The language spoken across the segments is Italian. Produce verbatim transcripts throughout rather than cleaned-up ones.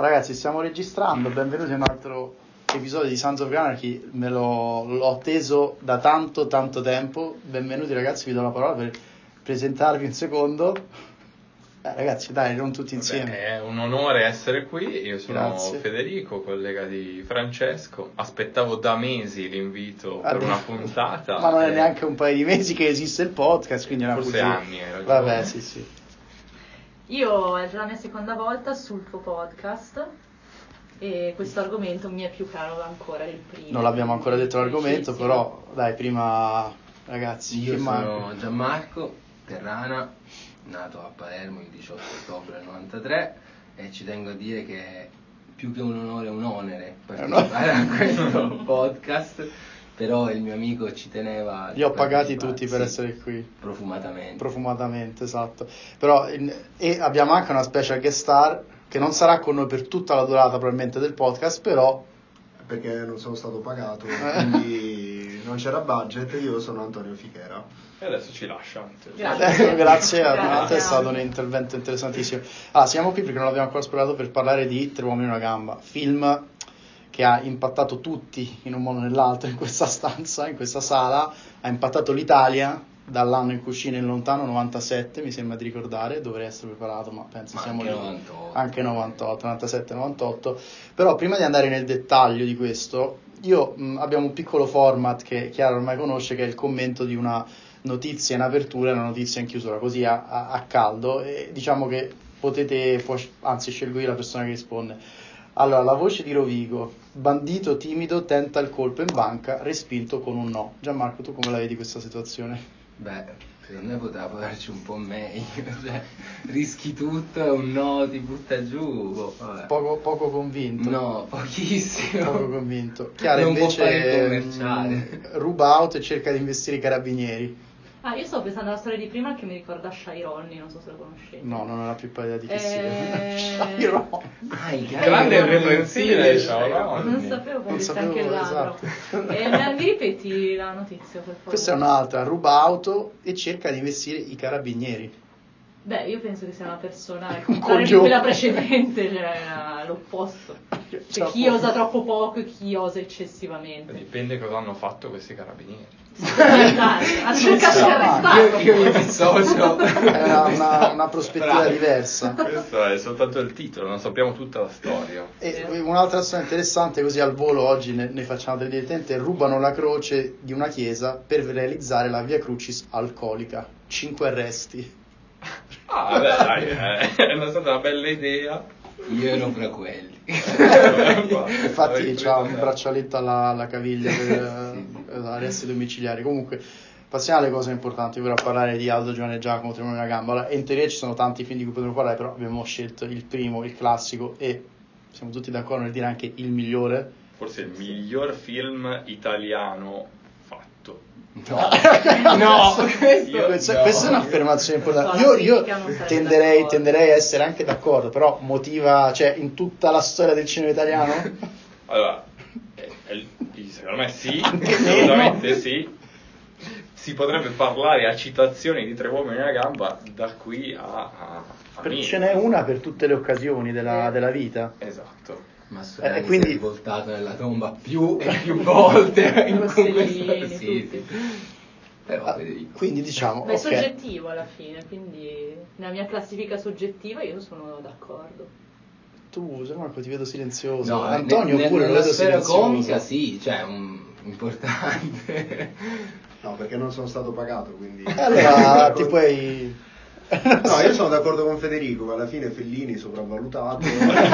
Ragazzi, stiamo registrando, benvenuti a un altro episodio di Sons of Anarchy, me lo, l'ho atteso da tanto tanto tempo. Benvenuti ragazzi, vi do la parola per presentarvi un secondo. Eh, ragazzi, dai, non tutti insieme. Vabbè, è un onore essere qui, io sono Grazie. Federico, collega di Francesco, aspettavo da mesi l'invito per Addio. una puntata. Ma non è e... neanche un paio di mesi che esiste il podcast, quindi è una Forse bugia. anni, hai ragione. Vabbè, sì, sì. Io è la mia seconda volta sul tuo podcast e questo argomento mi è più caro ancora del primo. Non l'abbiamo ancora detto l'argomento, Felicissimo. però dai, prima ragazzi, Io chi sono manca? Gianmarco Terrana, nato a Palermo il diciotto ottobre del novantatré, e ci tengo a dire che è più che un onore un onere partecipare a questo podcast, però il mio amico ci teneva. Li ho pagati partecipare, tutti per sì, essere qui. profumatamente. Profumatamente, esatto. Però in- e abbiamo anche una special guest star che non sarà con noi per tutta la durata probabilmente del podcast, però perché non sono stato pagato, quindi non c'era budget. Io sono Antonio Fichera. E adesso ci lascia. Grazie. grazie a Grazie. Matt, è stato un intervento interessantissimo. Ah, siamo qui perché non l'abbiamo ancora esplorato per parlare di Tre uomini e una gamba, film che ha impattato tutti in un modo o nell'altro in questa stanza, in questa sala, ha impattato l'Italia dall'anno in cui uscì nel lontano novantasette, mi sembra di ricordare, dovrei essere preparato, ma penso Ma siamo anche lì. novantotto. Anche novantotto, novantasette novantotto. Però prima di andare nel dettaglio di questo, io mh, abbiamo un piccolo format che Chiara ormai conosce, che è il commento di una notizia in apertura e una notizia in chiusura, così a, a, a caldo, e diciamo che potete, può, anzi scelgo io la persona che risponde. Allora, la voce di Rovigo: bandito timido tenta il colpo in banca, respinto con un no. Gianmarco, tu come la vedi questa situazione? Beh, secondo me poteva darci un po' meglio, cioè, rischi tutto e un no ti butta giù. boh, vabbè. Poco, poco convinto. No, pochissimo. Poco convinto. Chiara Non può fare il invece commerciale. mh, ruba auto e cerca di investire i carabinieri. Ah, io stavo pensando alla storia di prima che mi ricorda Shy Ronnie, non so se lo conoscete. No, non ho la più pallida di chi Eh, sia. Io no. Ah, i Grande cari- irreprensibile, sì, ciao. sì. Non sapevo che Non avesse sapevo, anche il ladro. esatto. Eh, ma mi ripeti la notizia, per favore? Questa è un'altra, ruba auto e cerca di investire i carabinieri. Beh, io penso che sia una persona, al Un contrario di coglione. quella precedente, cioè era l'opposto. Cioè, chi osa troppo poco e chi osa eccessivamente. Dipende cosa hanno fatto questi carabinieri. Ha cercato di Io- arrestarlo. Io, io mi dissocio. È una, una, una prospettiva Bravo. diversa. Questo è soltanto il titolo, non sappiamo tutta la storia. E un'altra storia interessante, così al volo oggi ne, ne facciamo delle divertenti: rubano la croce di una chiesa per realizzare la Via Crucis alcolica. Cinque arresti. Ah, beh, dai, eh, è stata una bella idea. Io ero fra quelli. Infatti c'ha un braccialetto alla, alla caviglia per Sì, eh, arresti domiciliari. Comunque passiamo alle cose importanti, ovvero a parlare di Aldo, Giovanni e Giacomo, Tre uomini e una gamba. Allora, in teoria ci sono tanti film di cui potremmo parlare, però abbiamo scelto il primo, il classico, e siamo tutti d'accordo nel dire anche il migliore. Forse il miglior film italiano fatto. No, no, questo, Io- Questa, no. questa è un'affermazione importante. No, Io, la io critica non sarebbe tenderei, d'accordo. tenderei a essere anche d'accordo, però motiva, cioè in tutta la storia del cinema italiano? Allora, è- è- secondo me sì, Anche assolutamente meno. sì. Si potrebbe parlare a citazioni di Tre uomini e una gamba da qui a, a, a Per- mille. ce n'è una per tutte le occasioni della, Sì. della vita. Esatto. Mastroianni Eh, quindi- si è rivoltato nella tomba più e più volte in Rossellini, questo- sì, tutti. sì. Però Ah, Federico. quindi diciamo, Beh, è ok, soggettivo alla fine, quindi nella mia classifica soggettiva io sono d'accordo. tu Gianmarco ti vedo silenzioso, No, Antonio ne- pure lo nella vedo sfera silenzioso. comica sì, cioè un importante. No, perché non sono stato pagato, quindi. E allora ti puoi... No, io sono d'accordo con Federico, che alla fine Fellini sopravvalutato.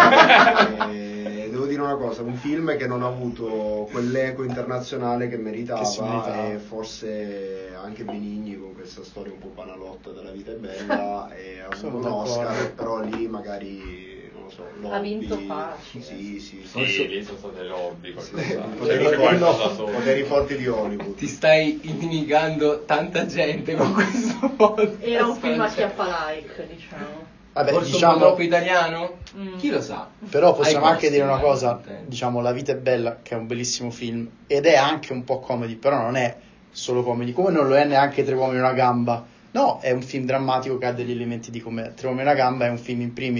E devo dire una cosa, un film che non ha avuto quell'eco internazionale che meritava, Che si meritava. e forse anche Benigni con questa storia un po' banalotta della vita è bella, e ha Sono avuto un Oscar, d'accordo. però lì magari, non lo so, lobby, Ha vinto facile. Sì, sì, sì. Sì, lì sono state lobby, qualcosa. Sì, C'è poteri, anche qualcosa forti, sotto. poteri forti di Hollywood. Ti stai inimicando tanta gente con questo podcast. Era un film a cioè, chiappa like, diciamo. Vabbè, forse un po' diciamo, troppo italiano? Mm. Chi lo sa? però possiamo Ai anche costi, dire una ai cosa, contenti. diciamo, La vita è bella, che è un bellissimo film, ed è anche un po' comedy, però non è solo comedy, come non lo è neanche Tre uomini e una gamba. No, è un film drammatico che ha degli elementi di commedia. Tre uomini e una gamba è un film in primis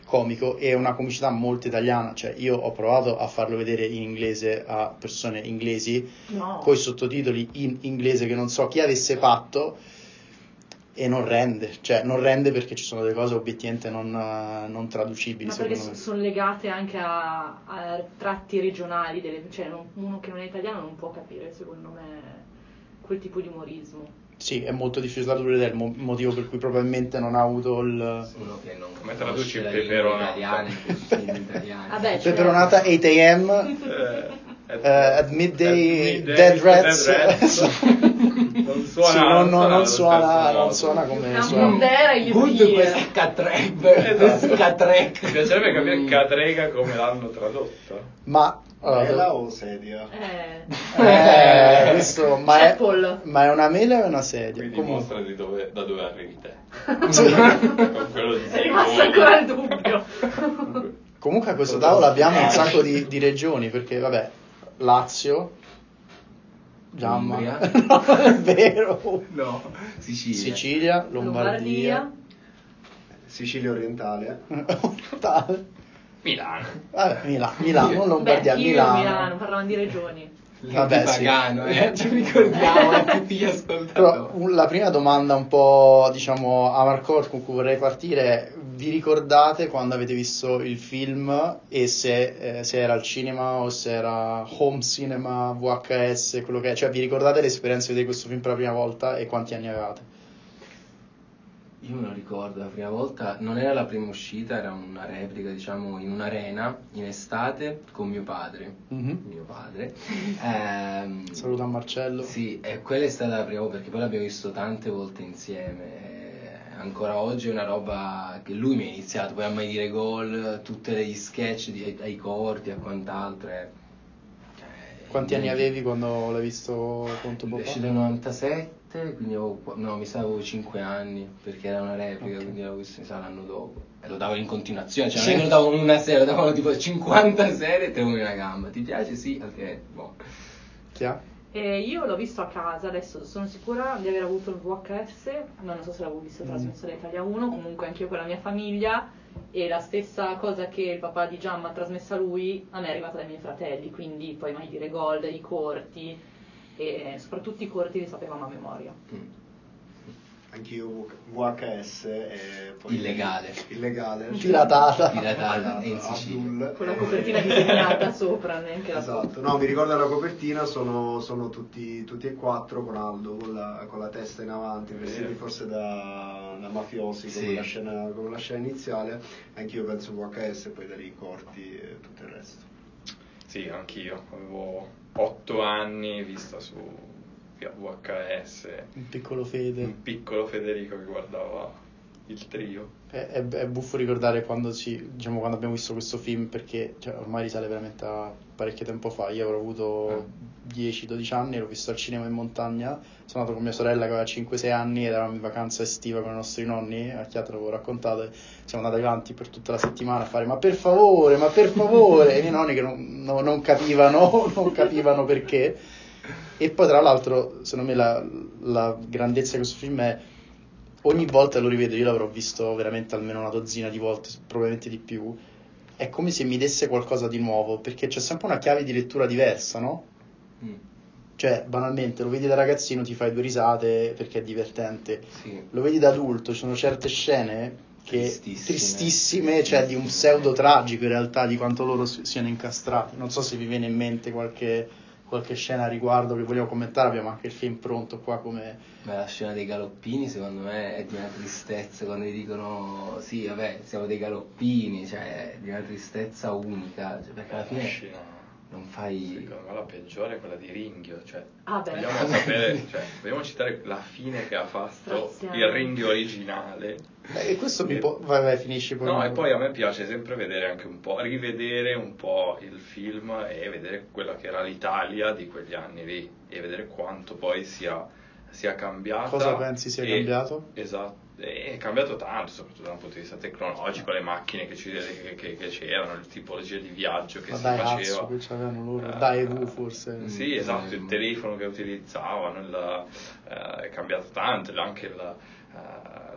comico e una comicità molto italiana, cioè io ho provato a farlo vedere in inglese a persone inglesi No. coi sottotitoli in inglese che non so chi avesse fatto e non rende, cioè non rende perché ci sono delle cose obiettivamente non, non traducibili. Ma perché secondo me. sono legate anche a, a tratti regionali, delle, cioè non- uno che non è italiano non può capire secondo me quel tipo di umorismo. Sì, è molto difficile da tradurre ed è il mo- motivo per cui probabilmente non ha avuto il Uno che non Come conosce traduci il la lingua peperonata? italiana in quei film italiani. Vabbè, certo. Peperonata otto a m Eh, eh, at midday, at midday, Dead Rats. Dead Rats. Non suona, Sì, non, non- non allo suona, stesso non modo. suona come Una suona. bombera e gli Good sbirra. questo scatreb, Esatto. scatrec. Mi piacerebbe capire Catrega come l'hanno tradotto. Ma allora, Mela o sedia? Eh, eh, questo, ma, è, Apple. ma è una mela o è una sedia? Quindi Comunque. dimostra di dove, da dove arrivi te. Sì. Con quello di è rimasto ancora il dubbio. Comunque a questo tavolo abbiamo un sacco di, di regioni, perché vabbè, Lazio, Giamma, Umbria. no, è vero, No, Sicilia. Sicilia, Lombardia, Sicilia orientale. Tale. Milano. Vabbè, Mila- Milano, non Lombardia, Beh, io Milano. Milano, parlavano di regioni. Vabbè, sì. Pagano, eh, ci ricordiamo a tutti gli Però ascoltatori. un- la prima domanda un po', diciamo, a Marcor con cui vorrei partire è: vi ricordate quando avete visto il film e se, eh, se era al cinema o se era home cinema, V H S, quello che è? Cioè vi ricordate l'esperienza di vedere questo film per la prima volta e quanti anni avevate? Io me lo ricordo, la prima volta, non era la prima uscita, era una replica, diciamo, in un'arena, in estate, con mio padre. Mhm. Mio padre. Ehm, Saluto a Marcello. Sì, e quella è stata la prima volta, perché poi l'abbiamo visto tante volte insieme. e Ancora oggi è una roba che lui mi ha iniziato, poi a mai dire gol, tutti gli sketch di, ai corti e quant'altro. è- cioè, Quanti anni niente. avevi quando l'hai visto con tuo È papà? uscito nel novantasette, quindi avevo, qua- no, mi sa avevo cinque anni, perché era una replica, Ok. quindi l'avevo visto mi sa l'anno dopo. E lo davo in continuazione, cioè non Sì. è che lo davano una serie, lo davano tipo cinquanta serie e te vuoi una gamba. Ti piace? Sì, altrimenti boh. Chi ha? E io l'ho visto a casa, adesso sono sicura di aver avuto il V H S, ma non so se l'avevo visto Mm. trasmesso da Italia uno, comunque anch'io con la mia famiglia, e la stessa cosa che il papà di Giamma ha trasmesso a lui, a me è arrivata dai miei fratelli, quindi poi mai dire gol, i corti, e soprattutto i corti li sapevamo a memoria. Mm. Anch'io V H S e poi Illegale. illegale cioè, Piratata. Piratata e in Sicilia. Abdul. Con la Eh, copertina disegnata sopra, neanche la Esatto, no, mi ricordo la copertina, sono, sono tutti, tutti e quattro con Aldo con la, con la testa in avanti, vestiti forse da, da mafiosi come, Sì. la scena, come la scena iniziale. Anch'io penso V H S, poi da lì i corti e tutto il resto. Sì, anch'io. Avevo otto anni, vista su via V H S. Un piccolo Fede. Un piccolo Federico che guardava il trio. È, è- è buffo ricordare quando, ci, diciamo, quando abbiamo visto questo film, perché cioè, ormai risale veramente a parecchio tempo fa. Io avrò avuto dieci dodici anni, l'ho visto al cinema in montagna. Sono andato con mia sorella che aveva cinque sei anni ed eravamo in vacanza estiva con i nostri nonni. A Chiatra l'avevo raccontato. E siamo andati avanti per tutta la settimana a fare: ma per favore, ma per favore! E i miei nonni che non, no- non capivano, non capivano perché. E poi tra l'altro, secondo me la, la grandezza di questo film è: ogni volta lo rivedo, io l'avrò visto veramente almeno una dozzina di volte, probabilmente di più, è come se mi desse qualcosa di nuovo, perché c'è sempre una chiave di lettura diversa, no? Mm. Cioè, banalmente, lo vedi da ragazzino, ti fai due risate perché è divertente, Sì. lo vedi da adulto, ci sono certe scene che Tristissime. tristissime, cioè di un pseudo tragico in realtà, di quanto loro si- siano incastrati. Non so se vi viene in mente qualche, qualche scena a riguardo che vogliamo commentare, abbiamo anche il film pronto qua come... Beh, la scena dei galoppini secondo me è di una tristezza, quando gli dicono sì vabbè siamo dei galoppini, cioè è di una tristezza unica, cioè, perché alla La fine scena, non fai... secondo me la peggiore è quella di Ringhio. Cioè, Ah, beh. vogliamo sapere, cioè, vogliamo citare la fine che ha fatto Straziante. il Ringhio originale. E questo mi E- può... Vai, vai, finisci poi. No, e poi a me piace sempre vedere anche un po', rivedere un po' il film e vedere quella che era l'Italia di quegli anni lì e vedere quanto poi sia, sia cambiata. Cosa pensi sia e- cambiato? Esatto, è cambiato tanto, soprattutto da un punto di vista tecnologico, le macchine che, ci- che- che- che c'erano, le tipologie di viaggio che Ma si dai, faceva. cazzo, che c'avevano loro. Eh, Dai, V forse. Sì, esatto, il telefono che utilizzavano, il- eh, è cambiato tanto, anche la, eh,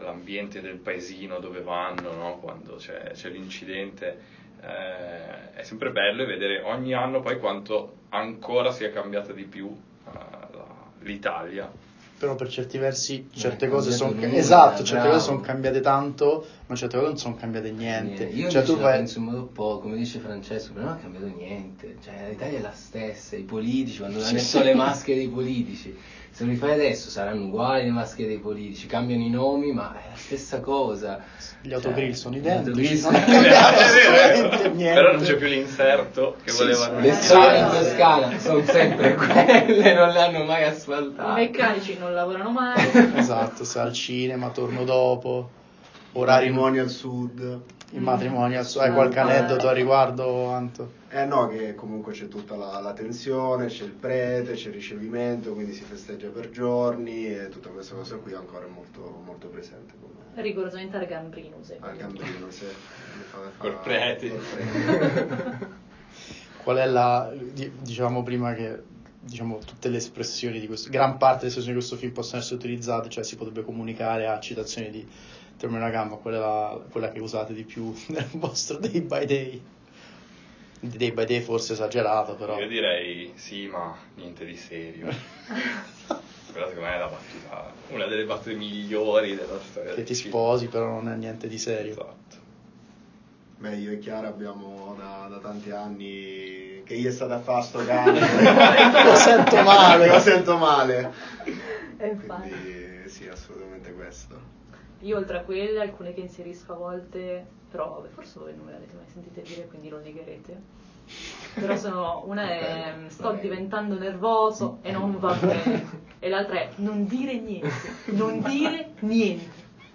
l'ambiente del paesino dove vanno, no? Quando c'è, c'è l'incidente, eh, è sempre bello vedere ogni anno poi quanto ancora sia cambiata di più uh, la, l'Italia. Però per certi versi certe è cose sono cambiato nulla, esatto, certe bravo. cose sono cambiate tanto, ma certe cose non sono cambiate niente. Io Cioè, invece tu la vai... penso in modo po', come dice Francesco, però non è cambiato niente, cioè l'Italia è la stessa, i politici, quando hanno messo sì. le maschere dei politici, se lo rifai adesso saranno uguali le maschere dei politici, cambiano i nomi, ma è la stessa cosa. Gli autogrill Cioè, sono gli identici, autogrill non è sono- cambiato È vero, è vero. assolutamente niente. Però non c'è più l'inserto che Sì, volevano. sì. Le strade in Toscana sono sempre quelle, non le hanno mai I asfaltate. meccanici non lavorano mai. Esatto, se al cinema, torno dopo, orari Matrimoni al sud. in matrimonio, Mm. hai qualche Ah, aneddoto eh. a riguardo, Anto? Eh no, che comunque c'è tutta la, la tensione, c'è il prete, c'è il ricevimento, quindi si festeggia per giorni e tutta questa cosa qui ancora è molto, molto presente con me. Rigorosamente al Gambrino, secondo Al me. Gambrino, se mi fa- fa- Col prete. col prete. Qual è la, di- dicevamo prima che diciamo tutte le espressioni di questo, gran parte delle espressioni di questo film possono essere utilizzate, cioè si potrebbe comunicare a citazioni di Termina Gamma, qual è la, quella che usate di più nel vostro day by day? Di day by day forse esagerato, però Io direi sì, ma niente di serio. Quella secondo me è la battuta, una delle battute migliori della storia che del ti film. sposi però non è niente di serio. Esatto. Beh, io e Chiara abbiamo da, da tanti anni che io è stata a fare sto cane. Lo sento male. Lo sento male. E infatti. Quindi sì, assolutamente questo. Io oltre a quelle, alcune che inserisco a volte, però vabbè, forse voi non me l'avete mai sentite dire, quindi lo negherete. Però sono, una è sto diventando nervoso e non va bene, e l'altra è non dire niente, non dire niente.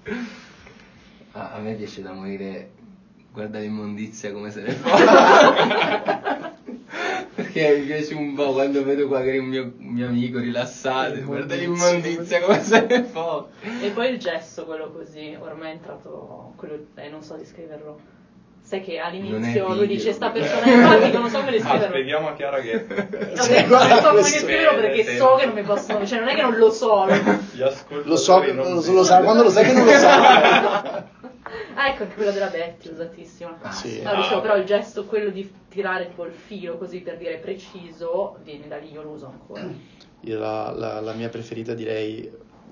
A, a me piace da morire, guarda l'immondizia come se ne fa. Perché mi piace un po' quando vedo magari un mio, un mio amico rilassato, guarda l'immondizia come se ne fa. E poi il gesto, quello così, ormai è entrato, quello, eh, non so descriverlo. Sai che Non è all'inizio lui video. dice sta persona è pallido, non so come Ah, descriverlo. spieghiamo a Chiara che Vabbè, guarda non so come questo. descriverlo perché Sì, so sì. che non mi possono, cioè non è che non lo so. gli ascoltatori Lo so, che- non lo, vedono. lo sai, quando lo sai che non lo sai. Ah, ecco, anche quella della Betty, usatissima. Ah, Sì. No, dicevo, però il gesto, quello di tirare tipo il filo così per dire preciso, viene da lì, io lo uso ancora. Io la, la, la mia preferita direi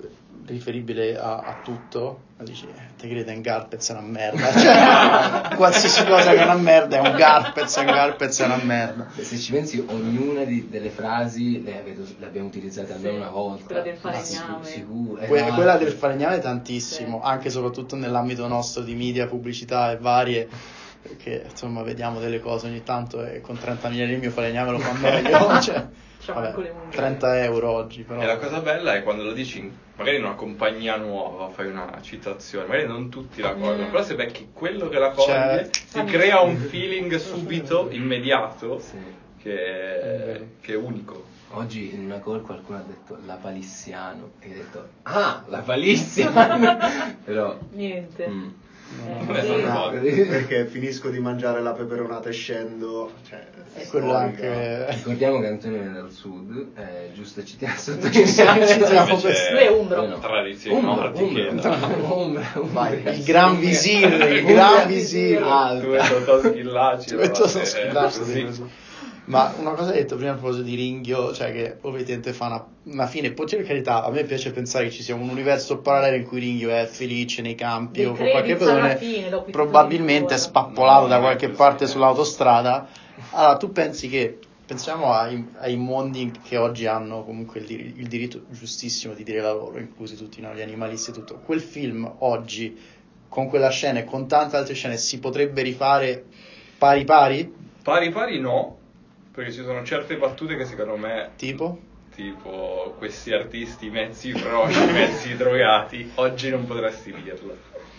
riferibile a, a tutto, ma dici, eh, te crede in Garpez è una merda, cioè, qualsiasi cosa che è una merda è un Garpez, un Garpez è una merda. Se ci pensi, ognuna di, delle frasi le, avete, le abbiamo utilizzate almeno Sì, una volta. quella del Ma falegname. sic- sicuro, Que- esatto. quella del falegname tantissimo, Sì. anche e soprattutto nell'ambito nostro di media, pubblicità e varie, che insomma vediamo delle cose ogni tanto e con trentamila lire il mio falegname lo fa meglio, cioè, Facciamo vabbè, anche le unghie. trenta euro oggi però. E la cosa bella è quando lo dici in- magari in una compagnia nuova, fai una citazione, magari non tutti la colgono, Mm. però se becchi quello che la coglie, Cioè- ti crea un feeling subito, immediato, Sì. che è, che è unico. Oggi in una call qualcuno ha detto la Palissiano e io ho detto ah, la Palissiano. Però Niente. mm. Eh, Non è sì. normale. No, perché finisco di mangiare la peperonata e scendo, cioè, è E quello storica. anche Ricordiamo che Antonio viene dal sud, è giusto ci tiene a Ci sottolineare. teniamo Invece questo. Lui è umbro. Io no. Tradizioni Umbra, nordiche. umbra, umbra, umbra. Vai. il gran visir, il gran visir. Ah, Tu e Totò Schillaci. Cioè, tu sono eh, schillato così. così. Ma una cosa hai detto prima a proposito di Ringhio, cioè che ovviamente fa una, una fine, poi per carità, a me piace pensare che ci sia un universo parallelo in cui Ringhio è felice nei campi Dei o con qualche credits alla persona fine, dopo i probabilmente è titoli di spappolato coda. da No, qualche non è parte così. sull'autostrada. Allora tu pensi che, pensiamo ai, ai mondi che oggi hanno comunque il, dir- il diritto giustissimo di dire la loro, inclusi tutti no, gli animalisti e tutto, quel film oggi con quella scena e con tante altre scene si potrebbe rifare pari pari? Pari pari no, perché ci sono certe battute che secondo me, Tipo? tipo questi artisti mezzi frosci, mezzi drogati, oggi non potresti dirlo.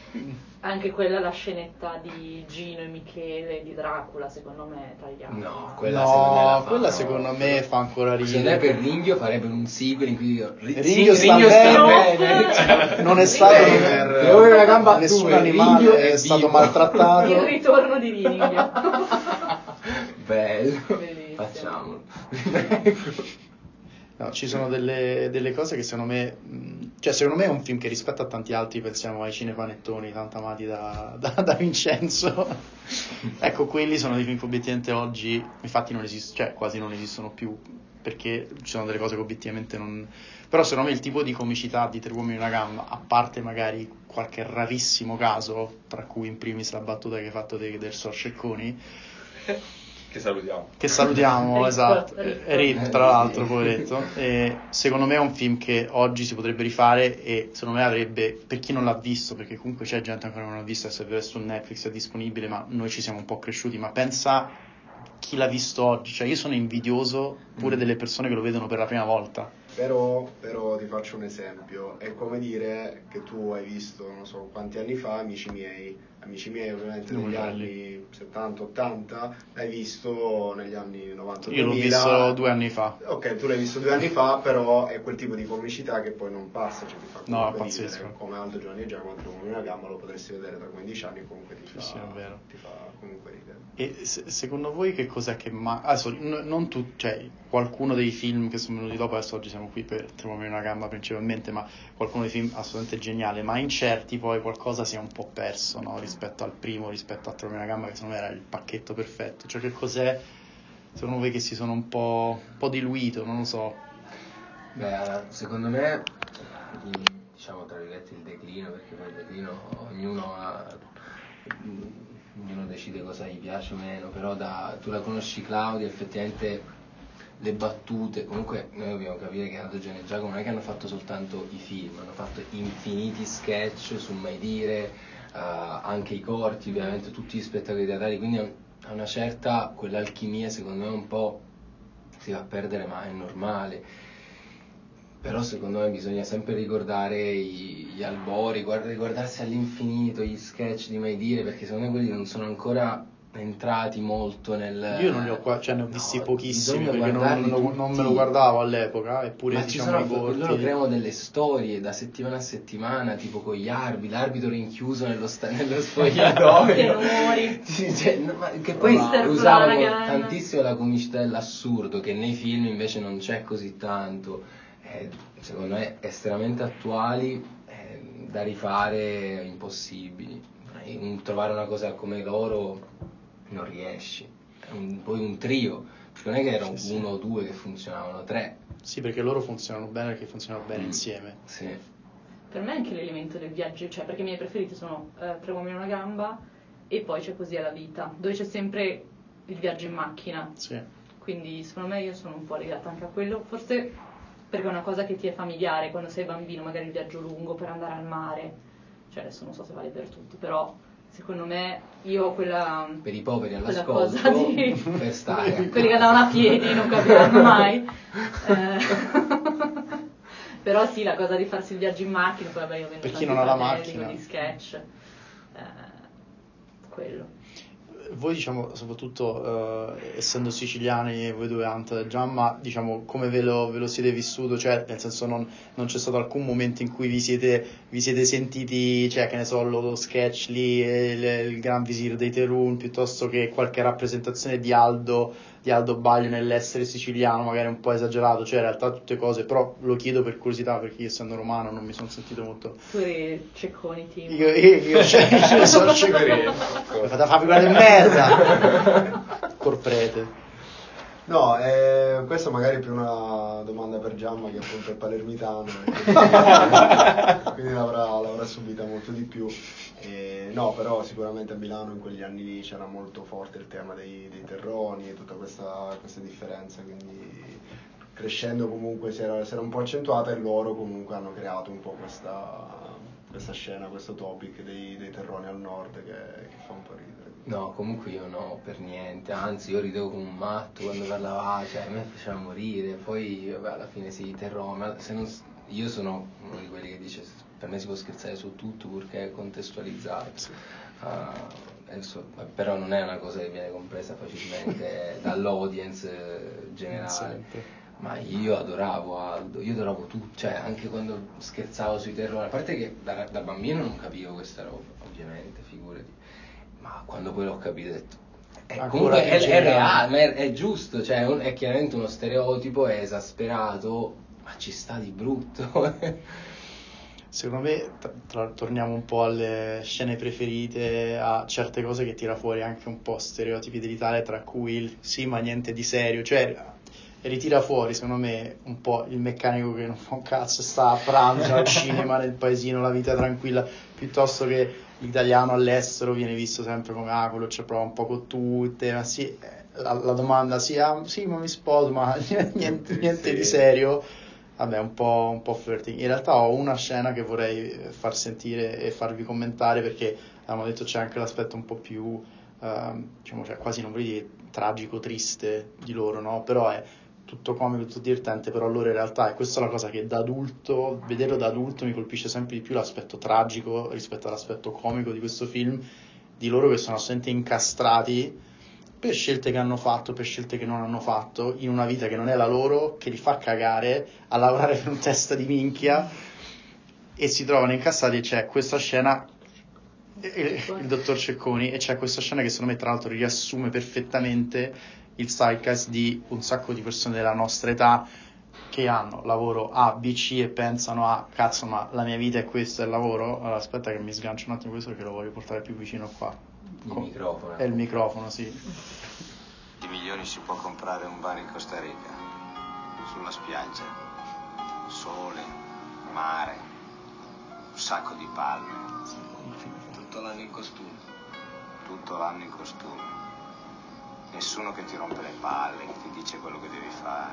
Anche quella, la scenetta di Gino e Michele di Dracula, secondo me è tagliata. No, quella secondo me la No, fa. quella secondo me fa ancora Secondo me ridere. per Ringhio farebbero un sequel in cui Ri- Ringhio sì, sta Ringhio bene. bene. Non è stato Per- Devo avere una gamba a nessun due, animale Ringhio è e stato vivo. maltrattato. Il ritorno di Ringhio. Bello. Bellissimo. Facciamolo. No, ci sono delle, delle cose che secondo me, mh, cioè secondo me è un film che rispetto a tanti altri, pensiamo ai cinepanettoni tanto amati da, da, da Vincenzo, ecco, quelli sono dei film che obiettivamente oggi infatti non esistono, cioè quasi non esistono più, perché ci sono delle cose che obiettivamente non... Però secondo me il tipo di comicità di Tre uomini e una gamba, a parte magari qualche rarissimo caso, tra cui in primis la battuta che hai fatto de, del Sor Cecconi, che salutiamo che salutiamo, Rip, esatto, Rip. Rip, tra l'altro, poveretto, e secondo me è un film che oggi si potrebbe rifare e secondo me avrebbe, per chi non l'ha visto, perché comunque c'è gente ancora che non l'ha visto, se è su Netflix è disponibile, ma noi ci siamo un po' cresciuti, ma pensa chi l'ha visto oggi, cioè io sono invidioso pure delle persone che lo vedono per la prima volta. Però, però ti faccio un esempio, è come dire che tu hai visto, non so quanti anni fa, Amici miei, Amici miei ovviamente Non negli belli. anni settanta ottanta, l'hai visto negli anni novanta Io l'ho duemila. visto due anni fa. Ok, tu l'hai visto due anni fa, però è quel tipo di comicità che poi non passa, cioè ti fa No, comunque è pazzesco. ridere, come Aldo, Giovanni e Giacomo, Tre uomini e una gamba, lo potresti vedere tra quindici anni e comunque ti fa, Sì, sì, è vero. ti fa comunque ridere. E se, secondo voi che cos'è che ma adesso n- non tu, cioè qualcuno dei film che sono venuti dopo, adesso oggi siamo qui per Tre uomini e una gamba principalmente, ma qualcuno dei film assolutamente geniale, ma in certi poi qualcosa si è un po' perso, no? Rispetto al primo, rispetto a Tre uomini e una gamba, che secondo me era il pacchetto perfetto, cioè che cos'è secondo voi che si sono un po', un po' diluito, non lo so. Beh, allora, secondo me, il, diciamo tra virgolette il declino, perché poi il declino ognuno ha, ognuno decide cosa gli piace o meno, però da, tu la conosci Claudia, effettivamente le battute, comunque noi dobbiamo capire che Aldo, Giovanni e Giacomo non è che hanno fatto soltanto i film, hanno fatto infiniti sketch su Mai Dire, uh, anche i corti, ovviamente tutti gli spettacoli teatrali, quindi a una certa quell'alchimia secondo me un po' si va a perdere, ma è normale. Però secondo me bisogna sempre ricordare i, gli albori, guarda, ricordarsi all'infinito gli sketch di Mai Dire, perché secondo me quelli non sono ancora entrati molto nel... Io non li ho qua, cioè ne ho visti no, pochissimi bisogna perché non, guardarli non, non me lo tutti. guardavo all'epoca, eppure Ma ci diciamo i sono, corti. loro creano delle storie da settimana a settimana, tipo con gli arbitri, l'arbitro rinchiuso nello, sta, nello spogliatoio. Che rumori. Sì, cioè, no, ma che poi Mister usavano Flanagan. tantissimo la comicità dell'assurdo, che nei film invece non c'è così tanto. Eh, secondo me estremamente attuali, eh, da rifare impossibili. Eh, un- trovare una cosa come loro non riesci. È un, poi un trio, perché non è che erano Sì, sì. uno o due che funzionavano, tre. Sì, perché loro funzionano bene, perché funzionano bene Mm. insieme. Sì. Per me anche l'elemento del viaggio, cioè perché i miei preferiti sono eh, Tre uomini e una gamba e poi c'è Così è la vita, dove c'è sempre il viaggio in macchina. Sì. Quindi secondo me io sono un po' legata anche a quello, forse perché è una cosa che ti è familiare quando sei bambino, magari il viaggio lungo per andare al mare, cioè adesso non so se vale per tutti, però secondo me io ho quella... Per i poveri quella all'ascolto, cosa di... per stare a quelli che casa. andavano a piedi non capiranno mai. Eh, però sì, la cosa di farsi il viaggio in macchina, poi vabbè io vedo Per chi tanti non ha la fratelli macchina. con gli sketch, eh, quello. Voi diciamo, soprattutto eh, essendo siciliani, voi due Ant e Giamma, diciamo come ve lo, ve lo siete vissuto, cioè nel senso non, non c'è stato alcun momento in cui vi siete, vi siete sentiti, cioè che ne so, lo, lo sketch lì, il, il Gran Visir dei Terun, piuttosto che qualche rappresentazione di Aldo, di Aldo Baglio nell'essere siciliano, magari un po' esagerato, cioè in realtà tutte cose, però lo chiedo per curiosità perché io essendo romano non mi sono sentito molto... Tu eri Cecconi team. Io, io, io, cioè, io sono Cecconi, mi fate fare figura di merda, corprete. No, eh, questa magari è più una domanda per Giamma che appunto è palermitano e quindi, quindi l'avrà, l'avrà subita molto di più. Eh, no, però sicuramente a Milano in quegli anni lì c'era molto forte il tema dei, dei terroni e tutta questa, questa differenza, quindi crescendo comunque si era, si era un po' accentuata e loro comunque hanno creato un po' questa, questa scena, questo topic dei, dei terroni al nord che, che fa un po' ridere. No, comunque io no, per niente, anzi io ridevo come un matto quando parlava, cioè a me faceva morire, poi vabbè, alla fine si terroni, ma se non, io sono uno di quelli che dice per me si può scherzare su tutto purché è contestualizzato, uh, adesso, però non è una cosa che viene compresa facilmente dall'audience generale. Ma io adoravo Aldo, io adoravo tutto, cioè anche quando scherzavo sui terrori, a parte che da, da bambino non capivo questa roba, ovviamente, figurati. Ma quando poi l'ho capito ho detto è, comunque è, è reale, ma è, è giusto, cioè è, un, è chiaramente uno stereotipo, è esasperato, ma ci sta di brutto. secondo me tra, tra, torniamo un po' alle scene preferite, a certe cose che tira fuori anche un po' stereotipi dell'Italia, tra cui il sì ma niente di serio, cioè ritira fuori secondo me un po' il meccanico che non fa un cazzo, sta a pranzo al cinema nel paesino, la vita tranquilla, piuttosto che l'italiano all'estero viene visto sempre come ah quello c'è prova un po' con tutte, ma sì, la, la domanda sì, ah, sì ma mi sposo, ma niente, niente di serio. Vabbè, un po', un po' flirting. In realtà ho una scena che vorrei far sentire e farvi commentare, perché abbiamo detto c'è anche l'aspetto un po' più, ehm, diciamo, cioè quasi non voglio dire tragico, triste di loro, no? Però è tutto comico, tutto divertente, però loro in realtà, e questa è la cosa che da adulto, vederlo da adulto mi colpisce sempre di più l'aspetto tragico rispetto all'aspetto comico di questo film, di loro che sono assolutamente incastrati per scelte che hanno fatto, per scelte che non hanno fatto, in una vita che non è la loro, che li fa cagare, a lavorare per un testa di minchia, e si trovano incastrati. E c'è questa scena, il, il dottor Cecconi, e c'è questa scena che secondo me tra l'altro riassume perfettamente il zeitgeist di un sacco di persone della nostra età che hanno lavoro A, B, C e pensano a cazzo ma la mia vita è questo, è il lavoro. Allora aspetta che mi sgancio un attimo questo perché lo voglio portare più vicino qua. Il microfono. È il microfono, sì. Di milioni si può comprare un bar in Costa Rica, sulla spiaggia, sole, mare, un sacco di palme. Tutto l'anno in costume. Tutto l'anno in costume. Nessuno che ti rompe le palle, che ti dice quello che devi fare.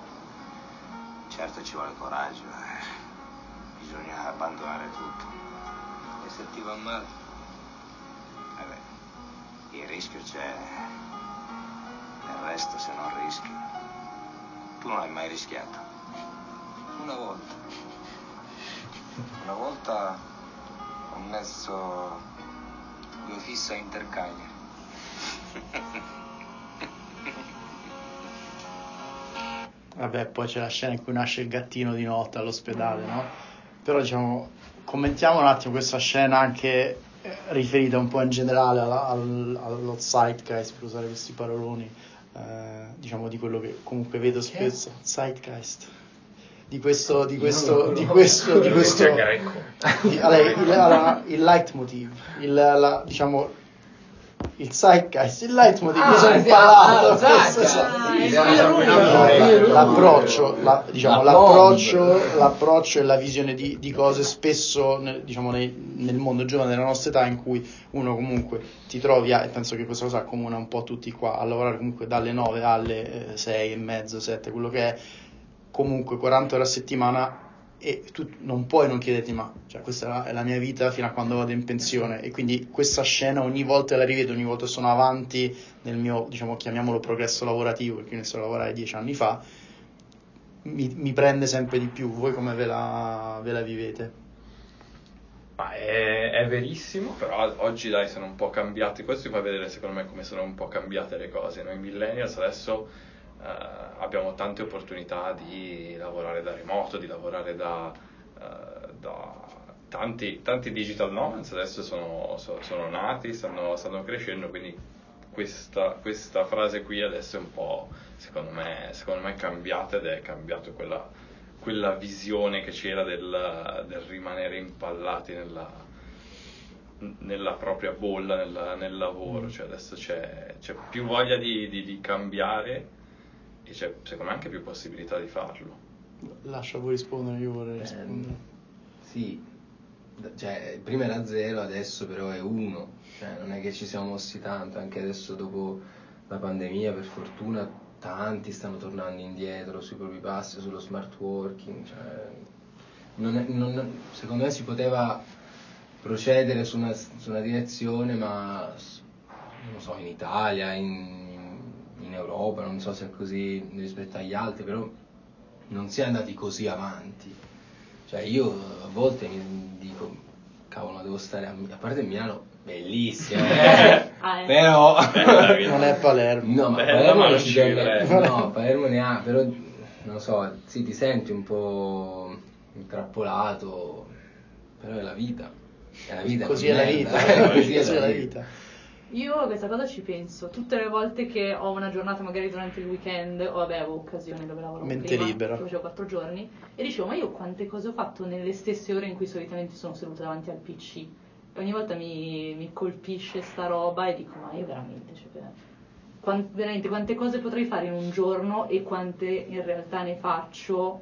Certo ci vuole coraggio, eh. Bisogna abbandonare tutto. E se ti va male? Eh beh. Il rischio c'è, del resto se non rischi. Tu non hai mai rischiato? Una volta. Una volta ho messo due fissa a Intercagliari. Vabbè, poi c'è la scena in cui nasce il gattino di notte all'ospedale, no? Però diciamo, commentiamo un attimo questa scena anche riferita un po' in generale alla, al, allo zeitgeist, per usare questi paroloni, eh, diciamo di quello che comunque vedo spesso, zeitgeist, di questo, di questo, di questo, di questo, di, allora, il, allora, il leitmotiv, il, la, diciamo, il zeitgeist, il leitmotiv, ah, mi sono imparato, Ah, l'approccio, la, diciamo, l'approccio, l'approccio e la visione di, di cose spesso nel, diciamo, nei, nel mondo giovane della nostra età, in cui uno comunque ti trovi a, e penso che questa cosa accomuna un po' tutti qua, a lavorare comunque dalle nove alle eh, sei e mezzo, sette, quello che è, comunque quaranta ore a settimana, e tu non puoi non chiederti ma cioè, questa è la, è la mia vita fino a quando vado in pensione, e quindi questa scena ogni volta la rivedo, ogni volta sono avanti nel mio, diciamo, chiamiamolo progresso lavorativo, perché io ho iniziato a lavorare dieci anni fa, mi, mi prende sempre di più. Voi come ve la, ve la vivete? Ma è, è verissimo, però oggi dai sono un po' cambiati, questo ti fa vedere secondo me come sono un po' cambiate le cose. Noi millennials adesso eh, abbiamo tante opportunità di lavorare da remoto, di lavorare da, eh, da tanti, tanti digital nomads adesso sono, sono, sono nati, stanno, stanno crescendo, quindi questa, questa frase qui adesso è un po' secondo me, secondo me cambiata, ed è cambiato quella, quella visione che c'era del, del rimanere impallati nella, nella propria bolla, nella, nel lavoro. Cioè adesso c'è, c'è più voglia di, di, di cambiare, e c'è secondo me anche più possibilità di farlo. Lascia voi rispondere, io vorrei rispondere. Eh, sì, cioè prima era zero, adesso però è uno, cioè non è che ci siamo mossi tanto, anche adesso dopo la pandemia per fortuna tanti stanno tornando indietro sui propri passi, sullo smart working, cioè, non è, non, secondo me si poteva procedere su una, su una direzione, ma non so, in Italia, in, in Europa, non so se è così rispetto agli altri, però non si è andati così avanti. Cioè io a volte mi dico, cavolo, devo stare a, a parte Milano, bellissima, eh? Ah, eh. Però non è Palermo. no, ma Bella, Palermo ma non non ci ci deve, vivrei. no, Palermo ne ha, però non so, sì, ti senti un po' intrappolato, però è la vita, è la vita, Così che è la merda, vita, così così è la vita. Io a questa cosa ci penso tutte le volte che ho una giornata magari durante il weekend o vabbè avevo occasione dove lavoravo Mente prima, libera. che facevo quattro giorni e dicevo ma io quante cose ho fatto nelle stesse ore in cui solitamente sono seduta davanti al P C. Ogni volta mi, mi colpisce sta roba e dico ma io veramente, cioè, quant, veramente quante cose potrei fare in un giorno e quante in realtà ne faccio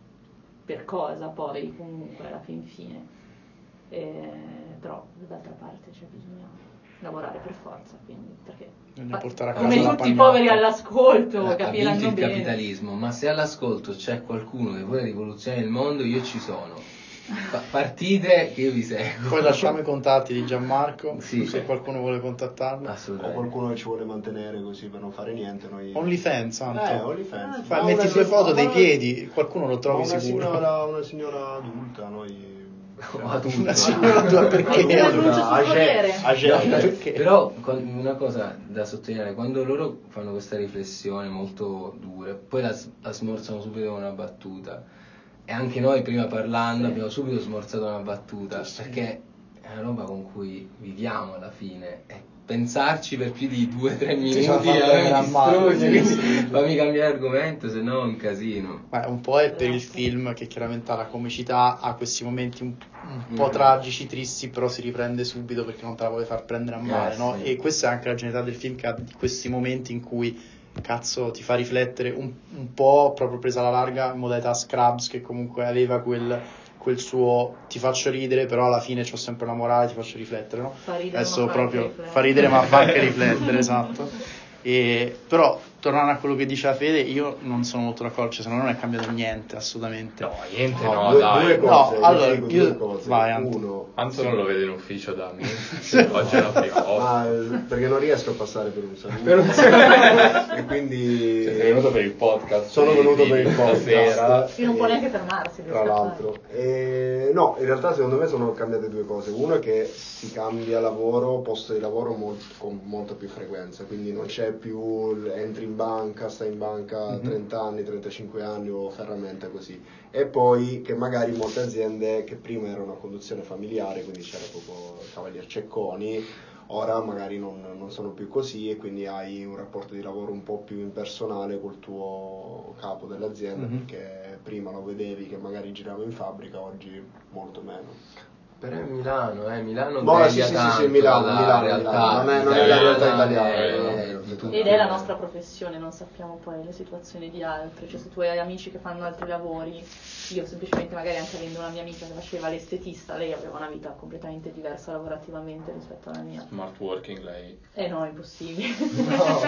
per cosa poi comunque alla fin fine. Eh, però d'altra parte cioè, bisogna lavorare per forza, quindi perché Bisogna portare a casa come la tutti i pagnotta. poveri all'ascolto Ha capiranno vinto il bene. capitalismo, ma se all'ascolto c'è qualcuno che vuole rivoluzionare il mondo, io ci sono. Pa- partite che io vi seguo. Poi lasciamo i contatti di Gianmarco, Sì. se qualcuno vuole contattarlo. O Assolutamente. qualcuno che ci vuole mantenere così per non fare niente, noi... OnlyFans, Santo. Eh, OnlyFans. Fai- Ma metti una- due foto ma dei una- piedi, qualcuno lo ma trovi una sicuro. signora, una signora adulta, noi... O adulto. Una signora adulta, perché? Adulta. L'annuncio sul a Corriere. gente, a gente. No, Perché? però con- una cosa da sottolineare, quando loro fanno questa riflessione molto dura, poi la, s- la smorzano subito con una battuta, e anche noi prima parlando Sì. abbiamo subito smorzato una battuta, Sì, sì. perché è una roba con cui viviamo alla fine, e pensarci per più di due o tre minuti fa a fare me una mi mano, distrugge, sì, quindi sì. fammi cambiare argomento, se no è un casino. Ma un po' è per il Esatto. film che chiaramente ha la comicità, ha questi momenti un, un po' Mm. tragici, tristi, però si riprende subito perché non te la vuole far prendere a male, Eh, no? sì. E questa è anche la genialità del film, che ha di questi momenti in cui cazzo ti fa riflettere un, un po', proprio presa alla larga in modalità Scrubs, che comunque aveva quel, quel suo ti faccio ridere però alla fine c'ho sempre una morale, ti faccio riflettere, no? Fa ridere, Adesso ma fa proprio anche riflettere. fa ridere ma fa anche riflettere, esatto. E, però tornando a quello che diceva Fede, io non sono molto d'accordo, cioè secondo me non è cambiato niente assolutamente. No, niente, No, no, due, dai. due No, cose, io allora, dico io- due cose. vai, Anto. Uno, Anzo non lo vede in ufficio da me. Sì. Oggi è la prima volta. ma perché non riesco a passare per un saluto e quindi Cioè, sei venuto per il podcast. sono venuto per il stasera. podcast Sì, non può e- neanche fermarsi, deve tra scappare. l'altro. E, no, in realtà secondo me sono cambiate due cose. Uno è che si cambia lavoro, posto di lavoro molt- con molta più frequenza, quindi non c'è più l- entri in banca, stai in banca Mhm. trenta anni, trentacinque anni o ferramenta così. E poi che magari molte aziende che prima erano a conduzione familiare, quindi c'era proprio il Cavalier Cecconi, ora magari non, non sono più così e quindi hai un rapporto di lavoro un po' più impersonale col tuo capo dell'azienda, Mhm. perché prima lo vedevi che magari girava in fabbrica, oggi molto meno. Però è Milano, eh, Milano Boh, devia sì, sì, sì, tanto sì, Milano, dalla Milano, realtà Milano. Non è- non è la realtà italiana, eh, non è la realtà di tutti. Ed è la nostra professione, non sappiamo poi le situazioni di altri, cioè se tu hai amici che fanno altri lavori, io semplicemente magari anche avendo una mia amica che faceva l'estetista, lei aveva una vita completamente diversa lavorativamente rispetto alla mia. Smart working lei. Eh no, è impossibile. No.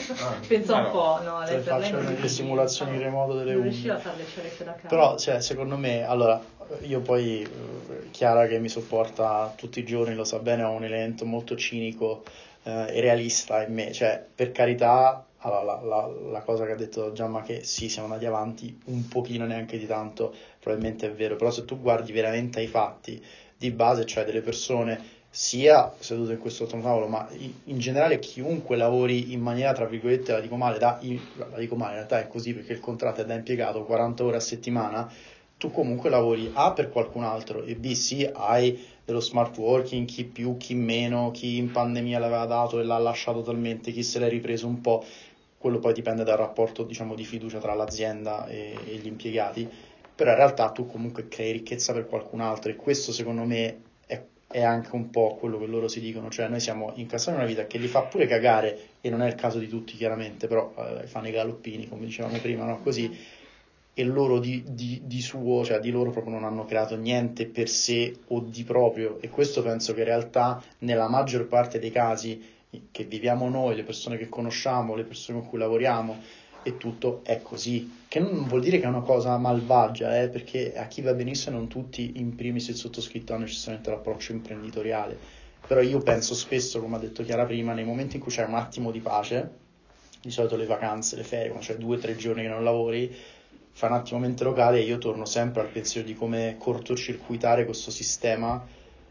Pensa No. un po', no, Se lei per lei faccio non le riusciva. simulazioni in remoto delle Non unghie. riusciva a fare le cerette da casa. Però, cioè, secondo me, allora, io poi, eh, Chiara che mi sopporta tutti i giorni, lo sa bene, ho un elemento molto cinico eh, e realista in me, cioè, per carità, allora, la, la, la cosa che ha detto Giamma, che sì, siamo andati avanti un pochino, neanche di tanto, probabilmente è vero, però se tu guardi veramente ai fatti di base, cioè delle persone sia seduto in questo tavolo, ma in, in generale chiunque lavori in maniera, tra virgolette, la dico male, da, la dico male, in realtà è così perché il contratto è da impiegato, quaranta ore a settimana, tu comunque lavori A per qualcun altro e B sì hai dello smart working, chi più, chi meno, chi in pandemia l'aveva dato e l'ha lasciato totalmente, chi se l'è ripreso un po', quello poi dipende dal rapporto, diciamo, di fiducia tra l'azienda e, e gli impiegati, però in realtà tu comunque crei ricchezza per qualcun altro e questo secondo me è, è anche un po' quello che loro si dicono, cioè noi siamo incastrati in una vita che li fa pure cagare, e non è il caso di tutti chiaramente, però eh, fanno i galoppini come dicevamo prima, no? Così, e loro di, di, di suo, cioè di loro proprio non hanno creato niente per sé o di proprio, e questo penso che in realtà nella maggior parte dei casi che viviamo noi, le persone che conosciamo, le persone con cui lavoriamo e tutto è così, che non vuol dire che è una cosa malvagia, eh, perché a chi va benissimo non tutti, in primis il sottoscritto, hanno necessariamente l'approccio imprenditoriale, però io penso spesso, come ha detto Chiara prima, nei momenti in cui c'è un attimo di pace, di solito le vacanze, le ferie, quando c'è due o tre giorni che non lavori, fai un attimo mente locale e io torno sempre al pensiero di come cortocircuitare questo sistema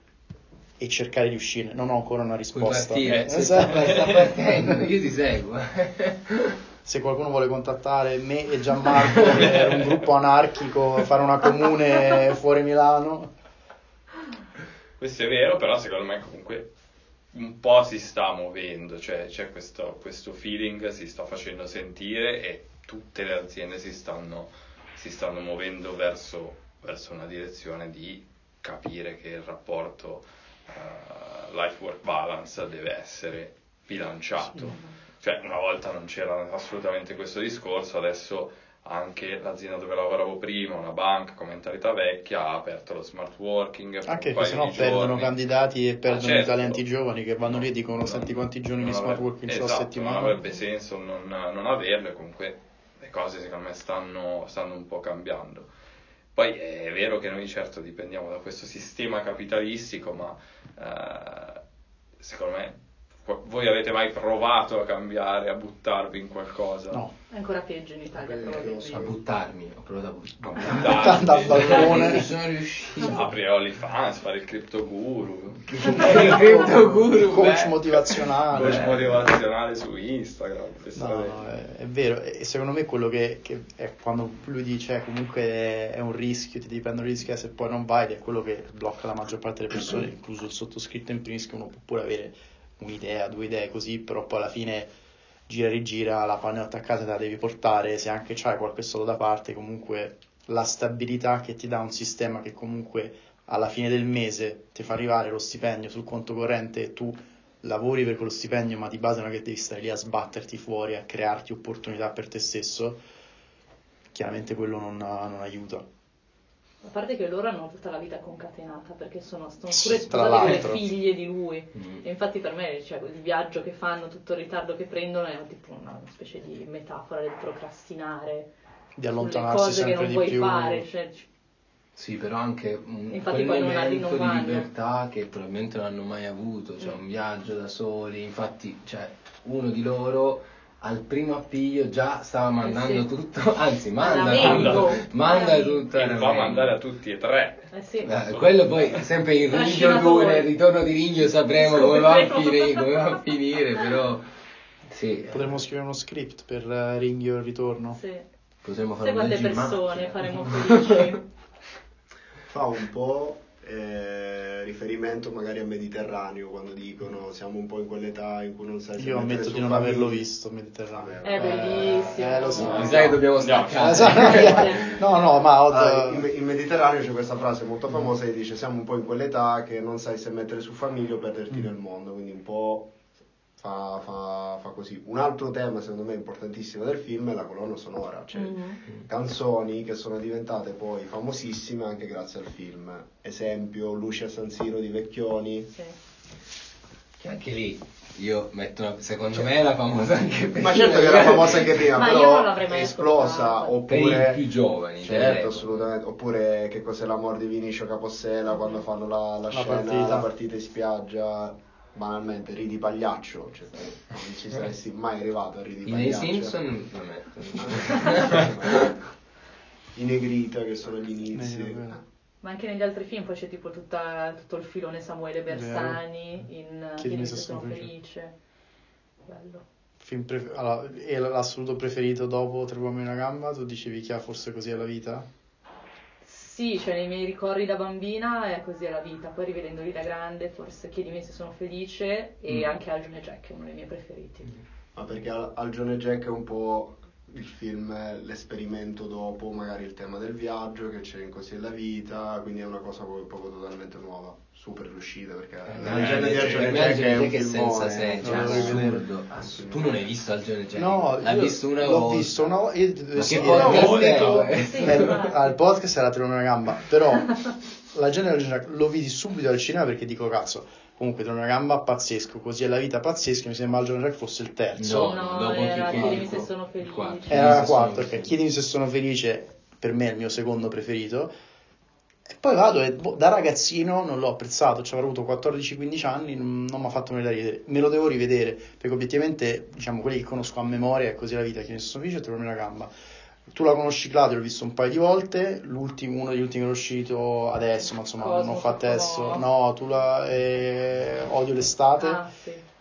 e cercare di uscire. Non ho ancora una Puoi risposta. partire, Eh, sta, esatto. sta partendo, io ti seguo. Se qualcuno vuole contattare me e Gianmarco per un gruppo anarchico, fare una comune fuori Milano. Questo è vero, però secondo me comunque un po' si sta muovendo, cioè c'è questo, questo feeling, si sta facendo sentire e tutte le aziende si stanno, si stanno muovendo verso, verso una direzione di capire che il rapporto uh, life-work balance deve essere bilanciato. Cioè una volta non c'era assolutamente questo discorso, adesso anche l'azienda dove lavoravo prima, una banca con mentalità vecchia, ha aperto lo smart working. Anche perché sennò perdono candidati e perdono ah, certo. i talenti giovani che vanno no, lì e dicono no, senti quanti giorni di smart avrebbe, working esatto, sono a settimana. Non avrebbe senso non, non averlo, e comunque le cose secondo me stanno, stanno un po' cambiando. Poi è vero che noi certo dipendiamo da questo sistema capitalistico, ma eh, secondo me voi avete mai provato a cambiare, a buttarvi in qualcosa? No. È ancora peggio in Italia, probabilmente. A buttarmi, ho provato a buttarmi. Buttando dal balcone. Non sono riuscito. Aprire OnlyFans, fare il crypto guru, Il crypto guru, il coach beh. motivazionale. coach motivazionale su Instagram. No, no, è, è vero, e secondo me quello che, che è quando lui dice comunque è un rischio, ti dipendono i rischi, e se poi non vai, è quello che blocca la maggior parte delle persone, incluso il sottoscritto in primis, che uno può pure avere un'idea, due idee così, però poi alla fine gira e rigira, la pagnotta a casa te la devi portare, se anche c'hai qualche soldo da parte, comunque la stabilità che ti dà un sistema che comunque alla fine del mese ti fa arrivare lo stipendio sul conto corrente e tu lavori per quello stipendio, ma di base non è che devi stare lì a sbatterti fuori, a crearti opportunità per te stesso, chiaramente quello non, non aiuta. A parte che loro hanno tutta la vita concatenata, perché sono, sono Sì, pure tra sposati con le l'altro. figlie di lui. Mm. E infatti per me, cioè, il viaggio che fanno, tutto il ritardo che prendono è tipo una specie di metafora del procrastinare, Di sulle allontanarsi cose che sempre non di vuoi più. fare. Cioè, Sì, però anche un, Infatti quel poi non- momento non di vanno. libertà che probabilmente non hanno mai avuto, cioè Mm. un viaggio da soli, infatti cioè, uno di loro al primo appiglio già stava mandando sì. tutto, anzi manda All'amengo. tutto, manda All'amengo. tutto E alla lo fa mente. mandare a tutti e tre. eh sì. Eh, quello poi sempre in Ringhio due, Trascinatore. nel ritorno di Ringhio sapremo come va, a Scopriremo. finire, come va a finire, però sì, Potremmo scrivere uno script per uh, Ringhio il ritorno. Sì. potremmo fare Sai un quante viaggio in persone macchina. faremo felici? Fa un po' eh, riferimento magari al Mediterraneo, quando dicono siamo un po' in quell'età in cui non sai se Io mettere ammetto su di non famiglia. averlo visto, Mediterraneo. Vabbè, È bellissimo. Eh, lo so. Mi sa che dobbiamo Andiamo. staccare. No, no, ma ho- Allora, in, in Mediterraneo c'è questa frase molto famosa che dice siamo un po' in quell'età che non sai se mettere su famiglia o perderti Mm. nel mondo, quindi un po' fa, fa, fa così. Un altro tema secondo me importantissimo del film è la colonna sonora, cioè Mhm. canzoni che sono diventate poi famosissime anche grazie al film. Esempio Lucia San Siro di Vecchioni. Sì. Che anche lì io metto una, secondo me era famosa anche prima. Ma certo che era famosa anche prima, Ma io però non l'avrei mai è esplosa. ascoltata. Per Oppure i più giovani, certo, dell'epoca. assolutamente. Oppure che cos'è l'amor di Vinicio Capossela quando fanno la, la La scena, partita. la partita in spiaggia. Banalmente, ridi pagliaccio, cioè, non ci saresti mai arrivato a ridi I nei pagliaccio. Simpson lo mettono. I Negrita che sono gli inizi. Eh, vabbè. Ma anche negli altri film poi c'è tipo tutta, tutto il filone Samuele Bersani in Chiedimi Chiedimi se se sono sono felice. Bello. Film pre- allora, e l'assoluto preferito dopo Tre uomini e una gamba? Tu dicevi che ha forse così è la vita? Sì, cioè nei miei ricordi da bambina è così è la vita, poi rivedendoli da grande forse Chiedimi se sono felice e Mm. anche Algione Jack è uno dei miei preferiti. Ma perché Al- Algione Jack è un po' il film, è l'esperimento dopo magari il tema del viaggio che c'è in Così è la vita, quindi è una cosa poi proprio totalmente nuova, super riuscita perché il genere di Algione Jack è un che senza filmone, senso, lo è devo rivedere. assurdo. Ass- tu non hai visto Algione Jack? No, l'hai io visto una l'ho volta. visto una volta. Io, Ma sì, che eh, podcast l'unico- è? Sì, eh, infatti. al podcast era Tre uomini e una gamba, però la genere lo vidi subito al cinema perché dico cazzo, comunque Tre uomini e una gamba pazzesco, Così è la vita pazzesco, mi sembra Algione Jack fosse il terzo. No, No, dopo era che Chiedimi quarto, se sono il felice. quarto. Era la Chiedimi se sono quarta, ok. felice. Chiedimi se sono felice, per me è il mio secondo preferito. E poi vado e boh, da ragazzino non l'ho apprezzato, ci avrò avuto quattordici quindici anni, non, non mi ha fatto venire da ridere. Me lo devo rivedere, perché obiettivamente, diciamo, quelli che conosco a memoria è Così è la vita, Chiedimi se sono felice e Tre uomini e una gamba. Tu la conosci, Claudio, l'ho visto un paio di volte, l'ultimo, uno degli ultimi che è uscito adesso, ma insomma Cosmo, non ho fatto tutto adesso. nuovo. No, tu la eh, Odio l'estate. Ah, sì.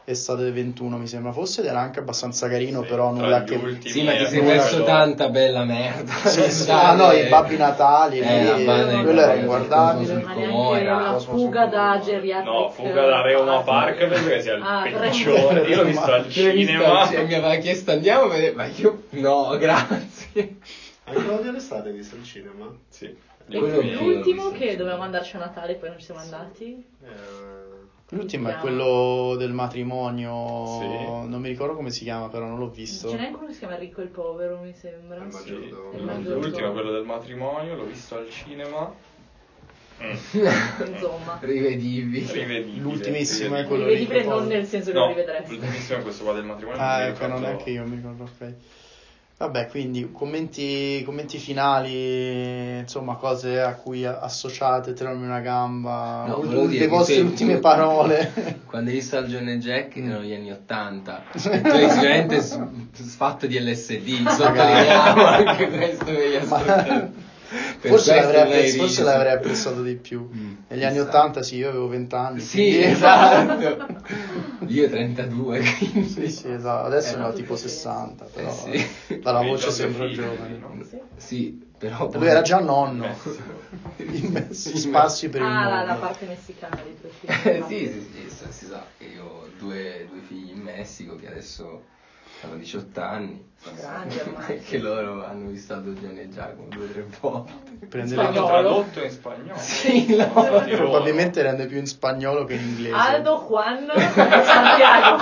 estate ventuno mi sembra fosse, ed era anche abbastanza carino, Sì, però tra nulla gli che... ultimi Sì, ma ti è sei quello- perso tanta bella merda. Sì, sì. Ah no, i Babbi Natali, Eh, lì, la banda di quello era Natale, inguardabile. sul Ma Como neanche era- la Cosmo fuga sul da Como. Geriatric No, fuga da Reuma Park penso che sia il Ah, peggiore. Io l'ho visto al Io l'ho visto cinema. al cinema, mi aveva chiesto andiamo a vedere, ma io no, grazie. Anche l'odio all'estate hai visto al cinema? Sì. E Quello che l'ultimo ho visto, che sì. dovevamo andarci a Natale, poi non ci siamo andati. Eh, L'ultimo è Chiama- quello del matrimonio, Sì. non mi ricordo come si chiama, però non l'ho visto. Ce n'è uno che si chiama Ricco e il Povero, mi sembra. Il Sì. maggiordomo. Il maggiordomo. L'ultimo è quello del matrimonio, l'ho visto al cinema. Mm. Insomma, Rivedibili. Rivedibile. L'ultimissimo è rivedibile. quello rivedibile Ricco e non Povero. nel senso che lo No, rivedresti. l'ultimissimo è questo qua del matrimonio. Ah, mi ecco, non ricordo- neanche io mi ricordo, ok. Vabbè, quindi commenti, commenti finali, insomma, cose a cui associate, tirarmi una gamba, No, ul- volevo dire le che vostre tu- ultime parole. Quando hai visto al John e Jack erano gli anni ottanta e tu hai sicuramente s- sfatto di L S D, sottolineiamo anche questo per gli ascoltatori. Per Forse questo l'avrei, non hai apprezz- forse riso. l'avrei apprezzato di più. Mm, Negli anni chissà. ottanta sì, io avevo venti anni. Sì, quindi- esatto. Io trentadue, quindi... Sì, sì, esatto. Adesso Eh, ne ho tu tipo sei- sessanta, però Eh, sì. dalla Hai voce visto sembra anche film, giovane. no? Sì. Sì, però... Lui era già nonno. Messico. In Messico, sparsi per il Ah, la, la mondo. parte messicana dei tuoi Eh, film. sì, sì, sì, si- si sa che io ho due, due figli in Messico che adesso hanno diciotto anni. Grandi ormai. Anche loro hanno visto Aldo Gianni e Giacomo due o tre volte. Prende L'hanno Spagnolo. tradotto in spagnolo. Sì, no. Infatti loro- Probabilmente rende più in spagnolo che in inglese. Aldo, Juan, Santiago.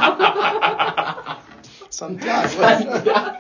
Santiago.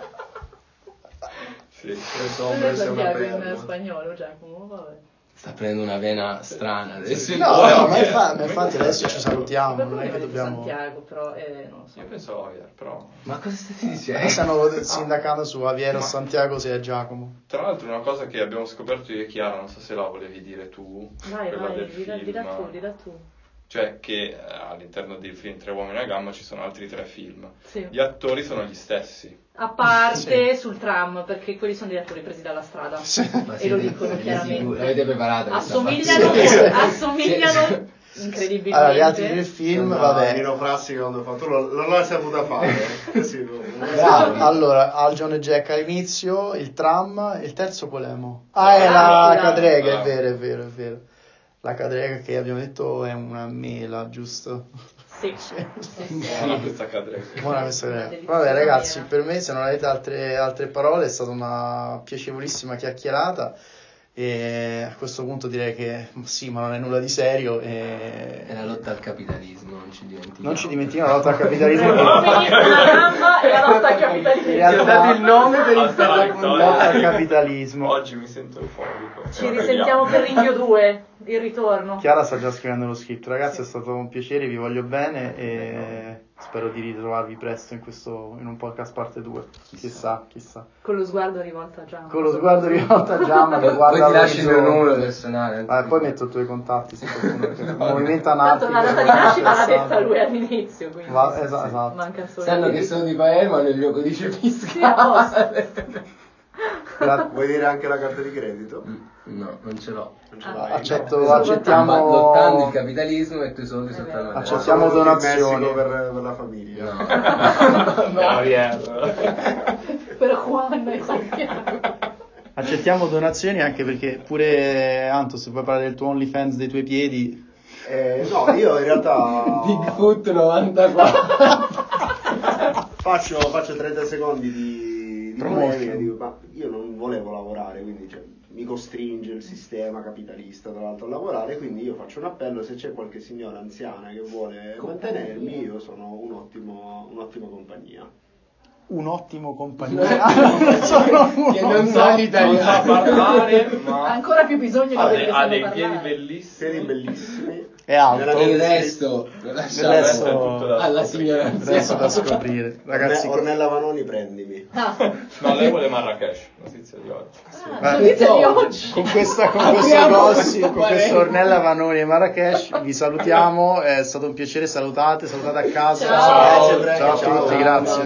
Sì. le Cos'è sombre sia una Santiago in perla. spagnolo, Giacomo? Vabbè. Sta prendendo una vena strana adesso. No, Oh, no, ma eh, infatti, ma come infatti dice? adesso ci salutiamo, Qualcuno non è mi che aveva detto dobbiamo... Santiago, però eh, non lo so. Io pensavo Javier, però... Ma cosa stai Eh, dicendo? stanno sindacando su Javier o Ma- Santiago se è Giacomo. Tra l'altro una cosa che abbiamo scoperto io e Chiara, non so se la volevi dire tu, Vai, quella vai, del di da, film, di da tu, di da tu. cioè che eh, all'interno del film Tre uomini e una gamba ci sono altri tre film. Sì. Gli attori sono gli stessi. A parte sul tram, perché quelli sono degli attori presi dalla strada. Ma E lo siete- dicono siete chiaramente. sicuri? L'avete preparata questa Assomigliano, battuta? Sì. assomigliano incredibilmente. Allora, gli altri tre film, Sembra vabbè. Nino Frassi quando fa, tu lo- non l'hai saputa fare. Sì, lo- non l'hai Bravo. saputa. Allora, Al John e Jack all'inizio, il tram, il terzo qual è mo? Ah, è Ah, la la- cadrega, è la- vero, è vero, è vero. La cadrega che abbiamo detto è una mela, giusto? Sì, sì, sì. Buona questa cadrega. Buona questa Una idea. deliziosa Vabbè ragazzi, mela. per me se non avete altre, altre parole è stata una piacevolissima chiacchierata e a questo punto direi che sì, ma non è nulla di serio e È la lotta al capitalismo, non ci dimentichiamo. non ci dimentichiamo la lotta al capitalismo Tre che uomini, una gamba e la lotta al in capitalismo. realtà dato il nome per il Aspetta, telefono. lotta al capitalismo. Oggi mi sento euforico. Ci risentiamo per Ringhio due, il ritorno. Chiara sta già scrivendo lo script, ragazzi, Sì. è stato un piacere, vi voglio bene e spero di ritrovarvi presto in questo in un podcast parte due. Chissà, chissà. Con lo sguardo rivolto a Gianni. Con lo sguardo rivolto a Giamma che Poi, guarda poi ti lascio il mio l'orizzonte. numero personale. anzi, Ah, poi metto i tuoi contatti se qualcuno che... No, movimento Tanto anarchico. la data di se nascita l'ha interessato. detta lui all'inizio, quindi Va- esatto, esatto. manca solo Sanno il- che sono di Palermo, hanno il mio codice Sì, fiscale. Gra- Vuoi dire anche la carta di credito? No, non ce l'ho. Non ce Ah. l'hai? accetto, No. Esatto. accettiamo Ma lottando il capitalismo metto i soldi È sotto vero. al mandato. Accettiamo Sono venuti in donazioni. Messico per, per la famiglia. No. Javier. per Juan e Santiago. accettiamo donazioni anche perché pure Anto se vuoi parlare del tuo OnlyFans dei tuoi piedi Eh, no, io in realtà Bigfoot novantaquattro. faccio, faccio trenta secondi di, di Promotion. polemica, dico, ma io non volevo lavorare, quindi cioè, mi costringe il sistema capitalista tra l'altro a lavorare, quindi io faccio un appello, se c'è qualche signora anziana che vuole Compagnia. mantenermi, io sono un ottimo, un'ottima compagnia. un ottimo compagnia sono uno. Che non sa Non sa l'italiano. parlare, ma Ancora più bisogno di ha, quelli de- che ha sanno dei piedi parlare. bellissimi. Siete bellissimi. è alto Nella E mia il descri- resto lo lasciamo resto- tutto da alla scoprire. signora adesso da anziana. scoprire ragazzi. Orne- Ornella Vanoni, prendimi. Ah, No, lei vuole Marrakesh, notizia di oggi. ah, notizia di oggi. con questa con questo Apriamo gossip questa con questo parentesi. Ornella Vanoni e Marrakesh vi salutiamo, è stato un piacere, salutate salutate a casa Ciao. ciao a tutti, grazie.